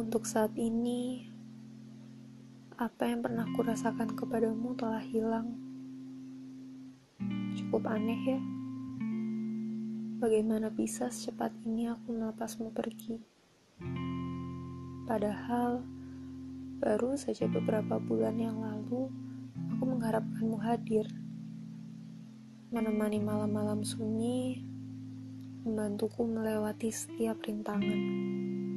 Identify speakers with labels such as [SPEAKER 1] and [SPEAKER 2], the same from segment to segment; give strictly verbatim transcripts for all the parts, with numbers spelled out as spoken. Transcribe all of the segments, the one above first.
[SPEAKER 1] Untuk saat ini, apa yang pernah kurasakan kepadamu telah hilang. Cukup aneh ya, bagaimana bisa secepat ini aku melepasmu pergi. Padahal, baru saja beberapa bulan yang lalu, aku mengharapkanmu hadir. Menemani malam-malam sunyi, membantuku melewati setiap rintangan.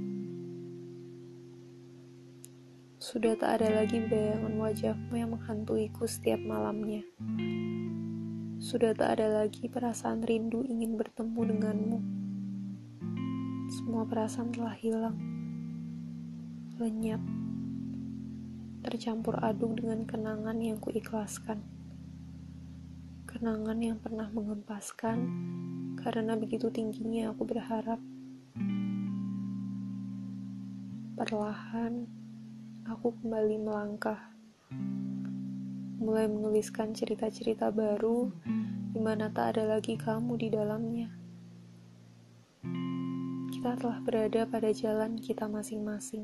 [SPEAKER 1] Sudah tak ada lagi bayangan wajahmu yang menghantuiku setiap malamnya. Sudah tak ada lagi perasaan rindu ingin bertemu denganmu. Semua perasaan telah hilang, lenyap, tercampur aduk dengan kenangan yang kuikhlaskan. Kenangan yang pernah mengempaskan karena begitu tingginya aku berharap. Perlahan, aku kembali melangkah, mulai menuliskan cerita-cerita baru di mana tak ada lagi kamu di dalamnya. Kita telah berada pada jalan kita masing-masing,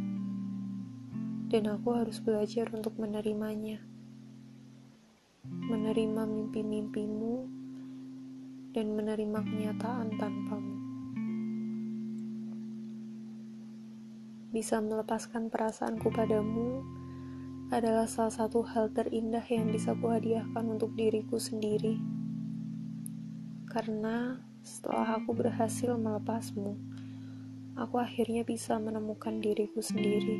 [SPEAKER 1] dan aku harus belajar untuk menerimanya, menerima mimpi-mimpimu, dan menerima kenyataan tanpamu. Bisa melepaskan perasaanku padamu adalah salah satu hal terindah yang bisa kuhadiahkan untuk diriku sendiri. Karena setelah aku berhasil melepasmu, aku akhirnya bisa menemukan diriku sendiri.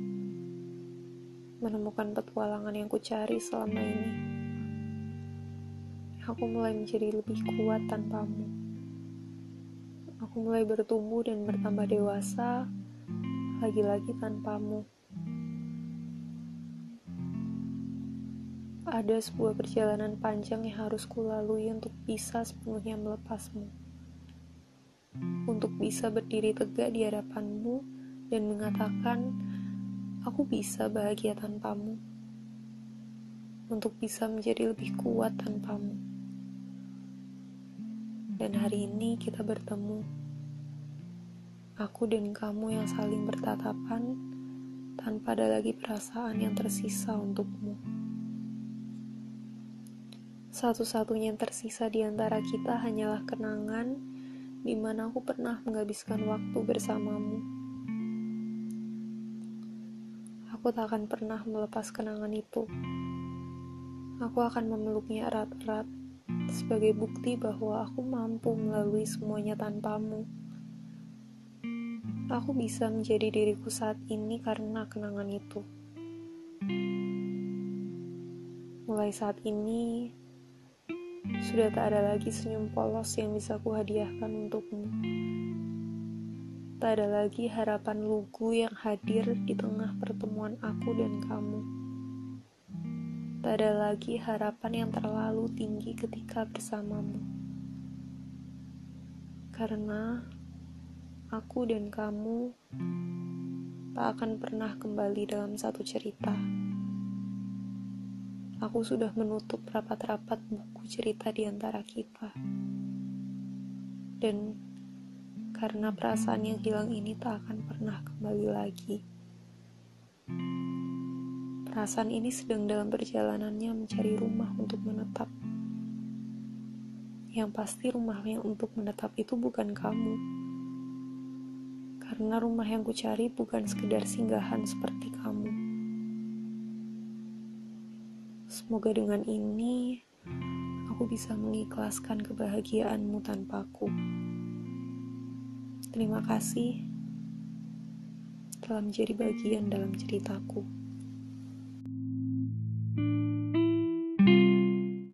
[SPEAKER 1] Menemukan petualangan yang kucari selama ini. Aku mulai menjadi lebih kuat tanpamu. Aku mulai bertumbuh dan bertambah dewasa, lagi-lagi tanpamu. Ada sebuah perjalanan panjang yang harus kulalui untuk bisa sepenuhnya melepasmu. Untuk bisa berdiri tegak di hadapanmu dan mengatakan, aku bisa bahagia tanpamu. Untuk bisa menjadi lebih kuat tanpamu. Dan hari ini kita bertemu. Aku dan kamu yang saling bertatapan tanpa ada lagi perasaan yang tersisa untukmu. Satu-satunya yang tersisa di antara kita hanyalah kenangan di mana aku pernah menghabiskan waktu bersamamu. Aku tak akan pernah melepas kenangan itu. Aku akan memeluknya erat-erat sebagai bukti bahwa aku mampu melalui semuanya tanpamu. Aku bisa menjadi diriku saat ini karena kenangan itu. Mulai saat ini, sudah tak ada lagi senyum polos yang bisa kuhadiahkan untukmu. Tak ada lagi harapan lugu yang hadir di tengah pertemuan aku dan kamu. Tak ada lagi harapan yang terlalu tinggi ketika bersamamu. Karena aku dan kamu tak akan pernah kembali dalam satu cerita. Aku sudah menutup rapat-rapat buku cerita di antara kita. Dan karena perasaan yang hilang ini tak akan pernah kembali lagi. Perasaan ini sedang dalam perjalanannya mencari rumah untuk menetap. Yang pasti rumah yang untuk menetap itu bukan kamu. Karena rumah yang kucari bukan sekedar singgahan seperti kamu. Semoga dengan ini, aku bisa mengikhlaskan kebahagiaanmu tanpaku. Terima kasih telah menjadi bagian dalam ceritaku.